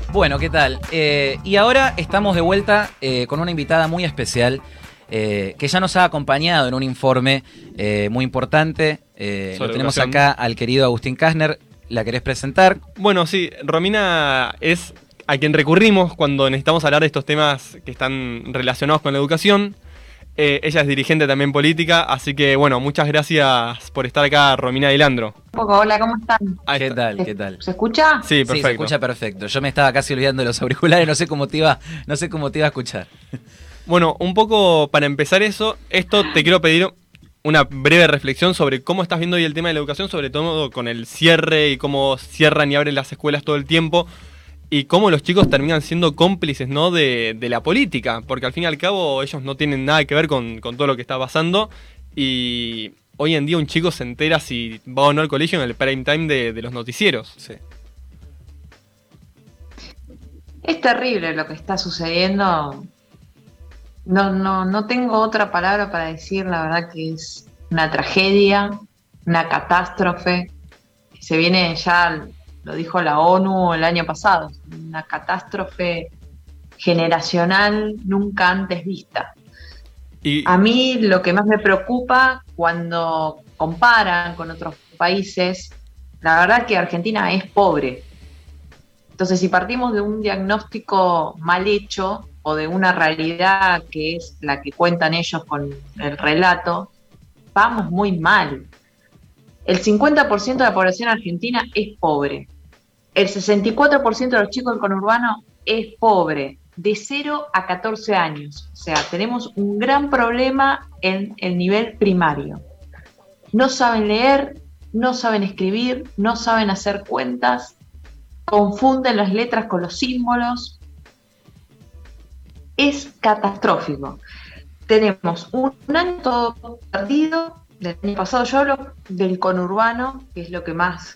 Bueno, ¿qué tal? Y ahora estamos de vuelta con una invitada muy especial que ya nos ha acompañado en un informe muy importante. Lo tenemos educación. acá al querido Agustín Kastner. ¿La querés presentar? Bueno, sí, Romina es a quien recurrimos cuando necesitamos hablar de estos temas que están relacionados con la educación. Ella es dirigente también política, así que bueno, muchas gracias por estar acá, Romina Dilandro. Hola, ¿cómo están? Ahí ¿Qué está. tal? ¿Qué tal? ¿Se escucha? Sí, Sí, perfecto. se escucha perfecto. Yo me estaba casi olvidando de los auriculares, no sé cómo te iba a escuchar. Bueno, un poco para empezar esto te quiero pedir una breve reflexión sobre cómo estás viendo hoy el tema de la educación, sobre todo con el cierre y cómo cierran y abren las escuelas todo el tiempo. Y cómo los chicos terminan siendo cómplices, ¿no? de la política, porque al fin y al cabo ellos no tienen nada que ver con todo lo que está pasando. Y hoy en día un chico se entera si va o no al colegio en el prime time de los noticieros. Sí. Es terrible lo que está sucediendo. No tengo otra palabra para decir, la verdad que es una tragedia, una catástrofe. Se viene ya, lo dijo la ONU el año pasado, una catástrofe generacional nunca antes vista. Y A mí lo que más me preocupa cuando comparan con otros países, la verdad que Argentina es pobre. Entonces, si partimos de un diagnóstico mal hecho o de una realidad que es la que cuentan ellos con el relato, vamos muy mal. El 50% de la población argentina es pobre. El 64% de los chicos del conurbano es pobre, de 0 a 14 años. O sea, tenemos un gran problema en el nivel primario. No saben leer, no saben escribir, no saben hacer cuentas, confunden las letras con los símbolos. Es catastrófico. Tenemos un año todo perdido. Del año pasado yo hablo del conurbano, que es lo que más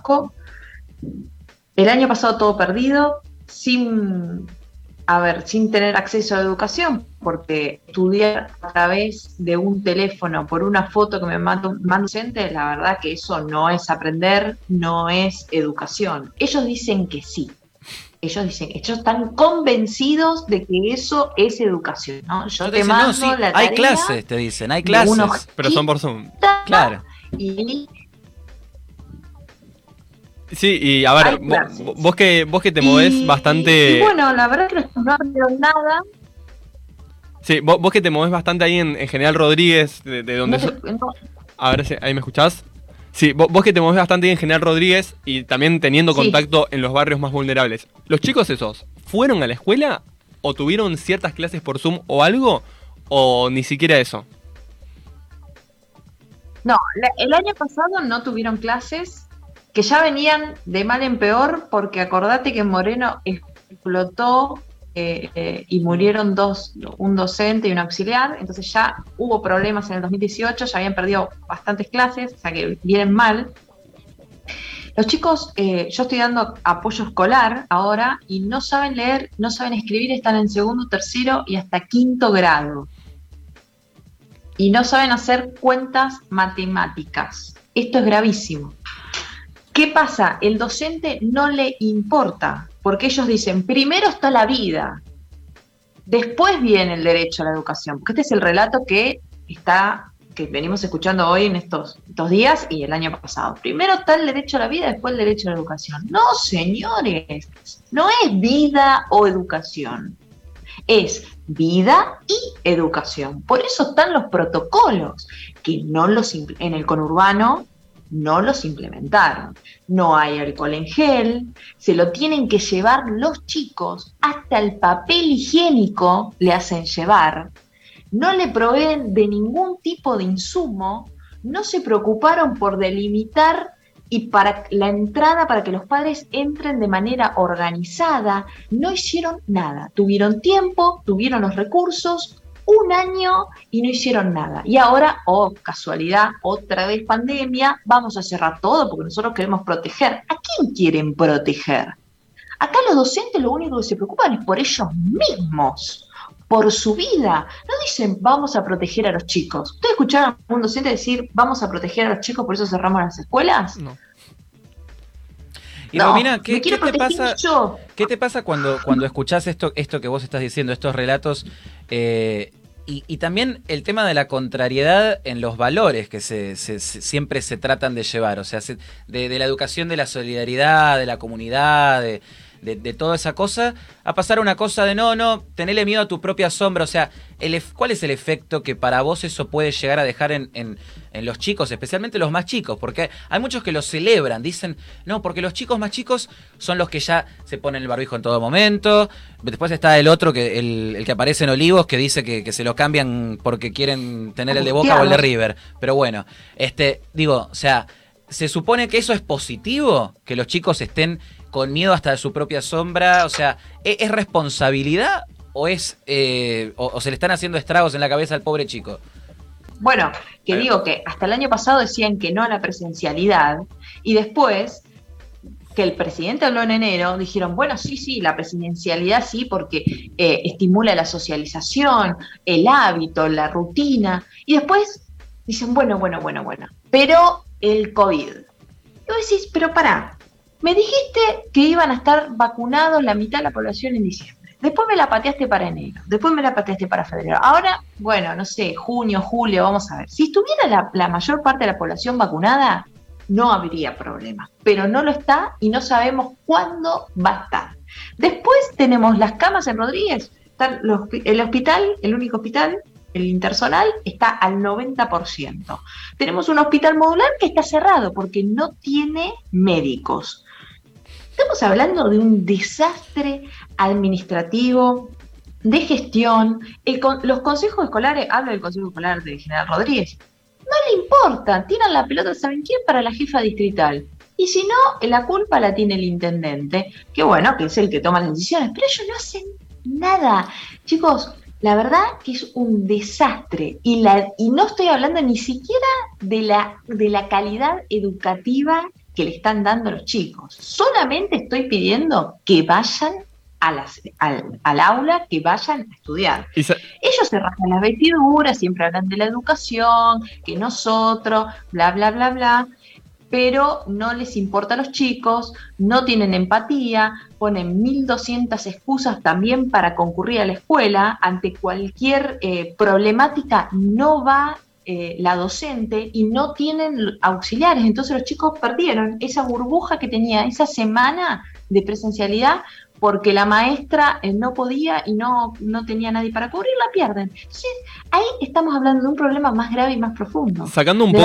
el año pasado todo perdido, sin tener acceso a la educación, porque estudiar a través de un teléfono por una foto que me manda un docente, la verdad que eso no es aprender, no es educación. Ellos dicen que sí. Ellos están convencidos de que eso es educación, ¿no? Yo te mando no, sí, la tarea. hay clases, te dicen, hay clases. pero son por Zoom. Claro. Y Sí, y a ver, Hay clases. vos que te movés bastante... Y bueno, la verdad que no aprendieron nada. Sí, vos que te movés bastante ahí en General Rodríguez, de donde... No. A ver si ahí me escuchás. Sí, vos que te movés bastante ahí en General Rodríguez y también teniendo Sí. contacto en los barrios más vulnerables. ¿Los chicos esos fueron a la escuela o tuvieron ciertas clases por Zoom o algo? ¿O ni siquiera eso? No, el año pasado no tuvieron clases, que ya venían de mal en peor, porque acordate que en Moreno explotó y murieron un docente y un auxiliar, entonces ya hubo problemas en el 2018, ya habían perdido bastantes clases, o sea que vienen mal. Los chicos, yo estoy dando apoyo escolar ahora y no saben leer, no saben escribir, están en segundo, tercero y hasta quinto grado. Y no saben hacer cuentas matemáticas. Esto es gravísimo. ¿Qué pasa? El docente no le importa, porque ellos dicen, primero está la vida, después viene el derecho a la educación, porque este es el relato que venimos escuchando hoy en estos días y el año pasado. Primero está el derecho a la vida, después el derecho a la educación. No, señores, no es vida o educación, es vida y educación. Por eso están los protocolos, que en el conurbano no los implementaron. No hay alcohol en gel, se lo tienen que llevar los chicos, hasta el papel higiénico le hacen llevar, no le proveen de ningún tipo de insumo, no se preocuparon por delimitar y para la entrada, para que los padres entren de manera organizada, no hicieron nada. Tuvieron tiempo, tuvieron los recursos, un año y no hicieron nada. Y ahora, casualidad, otra vez pandemia, vamos a cerrar todo porque nosotros queremos proteger. ¿A quién quieren proteger? Acá los docentes lo único que se preocupan es por ellos mismos, por su vida. No dicen, vamos a proteger a los chicos. ¿Ustedes escucharon a un docente decir, vamos a proteger a los chicos, por eso cerramos las escuelas? No. Y No, Romina, me ¿qué quiero te proteger pasa? yo. ¿Qué te pasa cuando escuchás esto que vos estás diciendo, estos relatos? Y también el tema de la contrariedad en los valores que siempre se tratan de llevar. O sea, de la educación de la solidaridad, de la comunidad, de toda esa cosa, a pasar a una cosa de no, tenele miedo a tu propia sombra. O sea, ¿cuál es el efecto que para vos eso puede llegar a dejar en los chicos, especialmente los más chicos? Porque hay muchos que lo celebran, dicen, no, porque los chicos más chicos son los que ya se ponen el barbijo en todo momento. Después está el otro, el que aparece en Olivos, que dice que se lo cambian porque quieren tener el de Boca o el de River. Pero bueno, digo, o sea, ¿se supone que eso es positivo? Que los chicos estén con miedo hasta de su propia sombra. O sea, ¿es responsabilidad o o se le están haciendo estragos en la cabeza al pobre chico? Bueno, que digo que hasta el año pasado decían que no a la presencialidad y después que el presidente habló en enero, dijeron, bueno, sí, la presidencialidad sí, porque estimula la socialización, el hábito, la rutina, y después dicen, bueno, pero el COVID. Y vos decís, pero pará, me dijiste que iban a estar vacunados la mitad de la población en diciembre. Después me la pateaste para enero, después me la pateaste para febrero. Ahora, bueno, no sé, junio, julio, vamos a ver. Si estuviera la mayor parte de la población vacunada, no habría problema. Pero no lo está y no sabemos cuándo va a estar. Después tenemos las camas en Rodríguez. El hospital, el único hospital, el intersonal, está al 90%. Tenemos un hospital modular que está cerrado porque no tiene médicos. Estamos hablando de un desastre administrativo, de gestión. Los consejos escolares, hablo del Consejo Escolar de General Rodríguez, no le importa, tiran la pelota, ¿saben quién? Para la jefa distrital. Y si no, la culpa la tiene el intendente, que bueno, que es el que toma las decisiones, pero ellos no hacen nada. Chicos, la verdad que es un desastre. Y no estoy hablando ni siquiera de la calidad educativa que le están dando a los chicos. Solamente estoy pidiendo que vayan al aula, que vayan a estudiar. Ellos se rasgan las vestiduras, siempre hablan de la educación, que nosotros, bla, bla, bla, bla, pero no les importa a los chicos, no tienen empatía, ponen 1200 excusas también para concurrir a la escuela. Ante cualquier problemática no va la docente y no tienen auxiliares. Entonces los chicos perdieron esa burbuja que tenía esa semana de presencialidad porque la maestra no podía y no tenía nadie para cubrir, la pierden. Entonces, ahí estamos hablando de un problema más grave y más profundo. Sacando un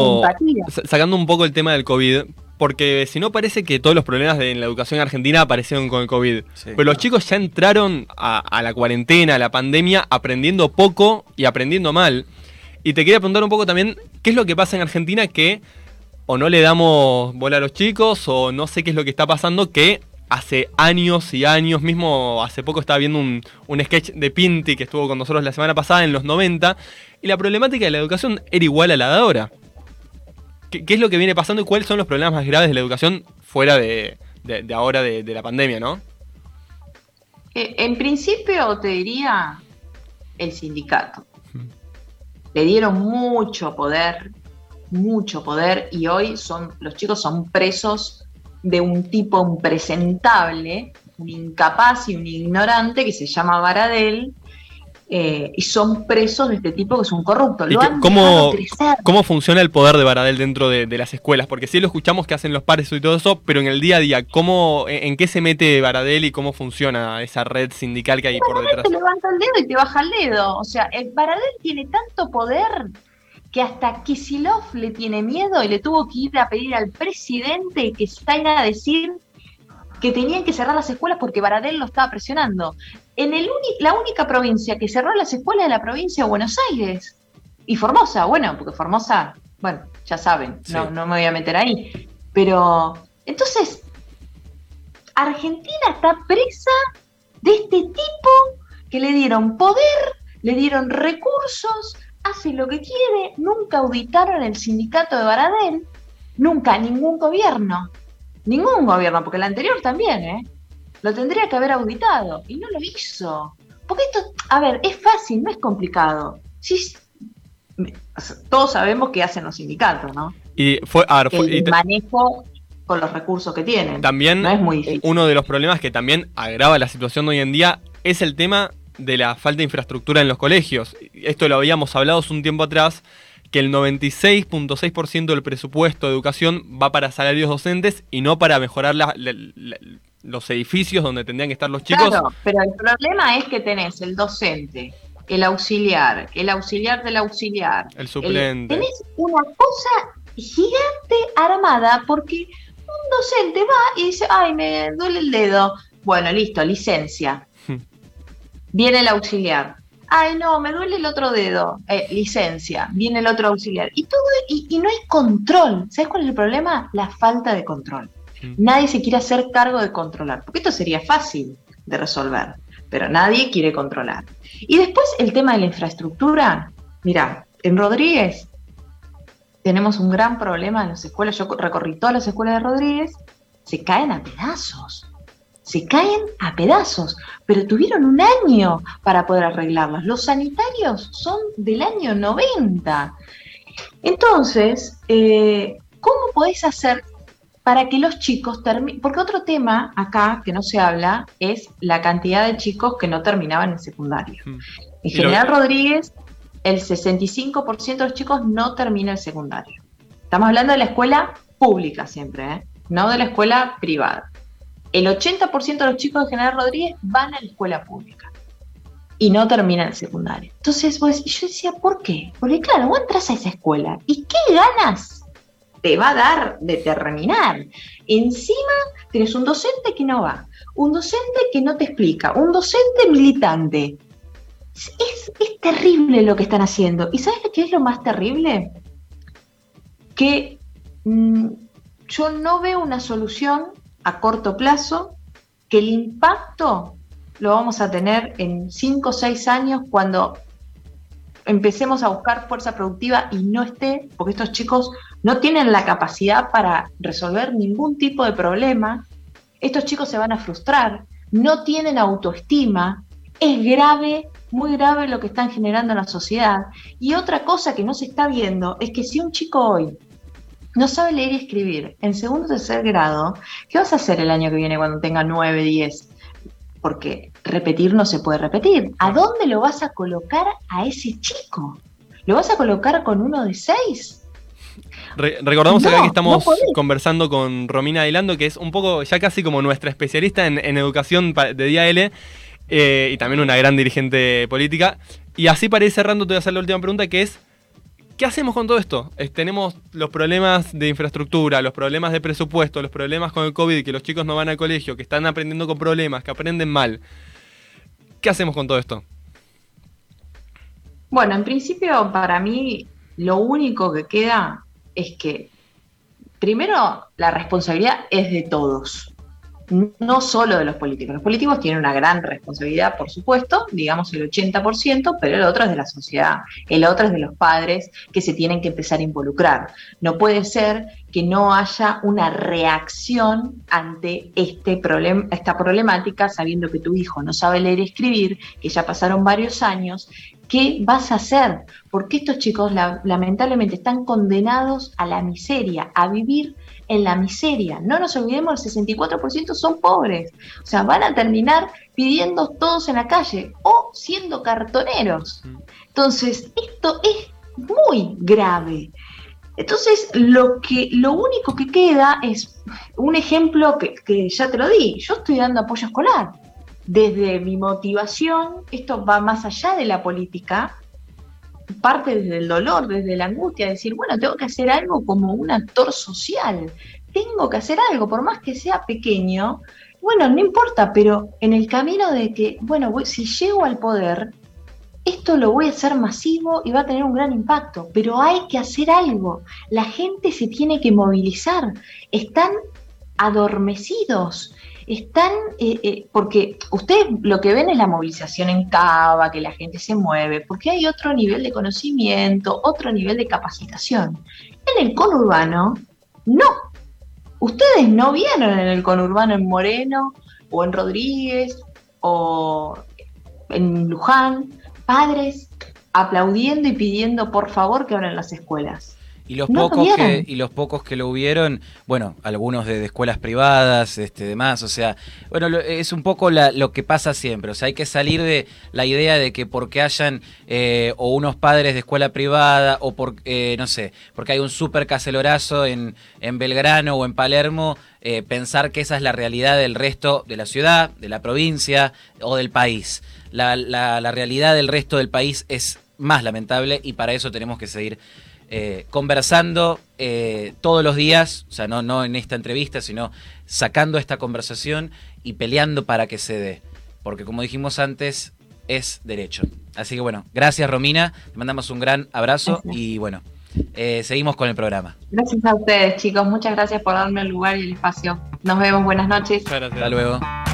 poco el tema del COVID, porque si no parece que todos los problemas en la educación argentina aparecieron con el COVID. Sí, pero los chicos ya entraron a la cuarentena, a la pandemia, aprendiendo poco y aprendiendo mal. Y te quería preguntar un poco también, ¿qué es lo que pasa en Argentina que o no le damos bola a los chicos o no sé qué es lo que está pasando que hace años y años, mismo hace poco estaba viendo un sketch de Pinti que estuvo con nosotros la semana pasada en los 90 y la problemática de la educación era igual a la de ahora? ¿Qué es lo que viene pasando y cuáles son los problemas más graves de la educación fuera de ahora de la pandemia, no? En principio te diría el sindicato. Le dieron mucho poder y hoy los chicos son presos de un tipo impresentable, un incapaz y un ignorante que se llama Baradel, y son presos de este tipo que es un corrupto. ¿Cómo funciona el poder de Baradel dentro de las escuelas? Porque sí lo escuchamos que hacen los pares y todo eso, pero en el día a día, ¿en qué se mete Baradel y cómo funciona esa red sindical que hay por detrás? Te levanta el dedo y te baja el dedo. O sea, el Baradel tiene tanto poder que hasta Kicillof le tiene miedo y le tuvo que ir a pedir al presidente que salga a decir que tenían que cerrar las escuelas porque Baradel lo estaba presionando. La única provincia que cerró las escuelas es la provincia de Buenos Aires. Y Formosa, porque Formosa, ya saben, sí. No me voy a meter ahí. Pero, entonces, Argentina está presa de este tipo que le dieron poder, le dieron recursos, hace lo que quiere, nunca auditaron el sindicato de Baradel, nunca, ningún gobierno, porque el anterior también, lo tendría que haber auditado, y no lo hizo. Porque esto, es fácil, no es complicado. Sí, todos sabemos qué hacen los sindicatos, ¿no? Y el manejo con los recursos que tienen. También no es muy difícil. Uno de los problemas que también agrava la situación de hoy en día es el tema de la falta de infraestructura en los colegios. Esto lo habíamos hablado hace un tiempo atrás, que el 96.6% del presupuesto de educación va para salarios docentes y no para mejorar los edificios donde tendrían que estar los chicos. Claro, pero el problema es que tenés el docente, el auxiliar del auxiliar, El suplente. Tenés una cosa gigante armada porque un docente va y dice, ay, me duele el dedo. Bueno, listo, licencia. Viene el auxiliar. Ay, no, me duele el otro dedo. Licencia. Viene el otro auxiliar. Y todo, y no hay control. ¿Sabes cuál es el problema? La falta de control. Nadie se quiere hacer cargo de controlar, porque esto sería fácil de resolver, pero nadie quiere controlar. Y después el tema de la infraestructura. Mirá, en Rodríguez tenemos un gran problema en las escuelas. Yo recorrí todas las escuelas de Rodríguez, se caen a pedazos. Se caen a pedazos, pero tuvieron un año para poder arreglarlas. Los sanitarios son del año 90. Entonces, ¿cómo podés hacer para que los chicos terminen? Porque otro tema acá que no se habla es la cantidad de chicos que no terminaban el secundario. En General Rodríguez, el 65% de los chicos no termina el secundario. Estamos hablando de la escuela pública siempre, no de la escuela privada. El 80% de los chicos de General Rodríguez van a la escuela pública y no terminan el secundario. Entonces, pues, yo decía, ¿por qué? Porque claro, vos entras a esa escuela y ¿qué ganas te va a dar de terminar? Encima tenés un docente que no va, un docente que no te explica, un docente militante. Es terrible lo que están haciendo. ¿Y sabes qué es lo más terrible? Que yo no veo una solución a corto plazo, que el impacto lo vamos a tener en 5 o 6 años cuando empecemos a buscar fuerza productiva y no esté, porque estos chicos no tienen la capacidad para resolver ningún tipo de problema, estos chicos se van a frustrar, no tienen autoestima, es grave, muy grave lo que están generando en la sociedad. Y otra cosa que no se está viendo es que si un chico hoy no sabe leer y escribir en segundo o tercer grado, ¿qué vas a hacer el año que viene cuando tenga 9, 10? Porque repetir no se puede repetir. ¿A dónde lo vas a colocar a ese chico? ¿Lo vas a colocar con uno de 6? Recordamos acá que estamos conversando con Romina Ailando, que es un poco ya casi como nuestra especialista en educación de Día L, y también una gran dirigente política. Y así para ir cerrando te voy a hacer la última pregunta, que es: ¿qué hacemos con todo esto? Tenemos los problemas de infraestructura, los problemas de presupuesto, los problemas con el COVID, que los chicos no van al colegio, que están aprendiendo con problemas, que aprenden mal. ¿Qué hacemos con todo esto? Bueno, en principio, para mí, lo único que queda es que, primero, la responsabilidad es de todos. No solo de los políticos. Los políticos tienen una gran responsabilidad, por supuesto, digamos el 80%, pero el otro es de la sociedad, el otro es de los padres que se tienen que empezar a involucrar. No puede ser que no haya una reacción ante esta problemática, sabiendo que tu hijo no sabe leer y escribir, que ya pasaron varios años. ¿Qué vas a hacer? Porque estos chicos lamentablemente están condenados a la miseria, a vivir en la miseria. No nos olvidemos, el 64% son pobres. O sea, van a terminar pidiendo todos en la calle o siendo cartoneros. Entonces, esto es muy grave. Entonces, lo único que queda es un ejemplo que ya te lo di. Yo estoy dando apoyo escolar. Desde mi motivación, esto va más allá de la política, parte desde el dolor, desde la angustia, decir, bueno, tengo que hacer algo como un actor social, tengo que hacer algo, por más que sea pequeño, bueno, no importa, pero en el camino de que, bueno, si llego al poder, esto lo voy a hacer masivo y va a tener un gran impacto, pero hay que hacer algo, la gente se tiene que movilizar, están adormecidos. Están, porque ustedes lo que ven es la movilización en Cava, que la gente se mueve, porque hay otro nivel de conocimiento, otro nivel de capacitación. En el conurbano, no. Ustedes no vieron en el conurbano en Moreno, o en Rodríguez, o en Luján, padres aplaudiendo y pidiendo por favor que abran las escuelas. Y los No tuvieron. los pocos que lo hubieron, bueno, algunos de escuelas privadas, demás, o sea, bueno, es un poco lo que pasa siempre, o sea, hay que salir de la idea de que porque hayan o unos padres de escuela privada o no sé, porque hay un súper caselorazo en Belgrano o en Palermo, pensar que esa es la realidad del resto de la ciudad, de la provincia o del país. La realidad del resto del país es más lamentable y para eso tenemos que seguir conversando todos los días, o sea, no en esta entrevista, sino sacando esta conversación y peleando para que se dé. Porque como dijimos antes, es derecho. Así que bueno, gracias Romina, te mandamos un gran abrazo. Gracias. Y bueno, seguimos con el programa. Gracias a ustedes, chicos, muchas gracias por darme el lugar y el espacio. Nos vemos, buenas noches. Hasta luego.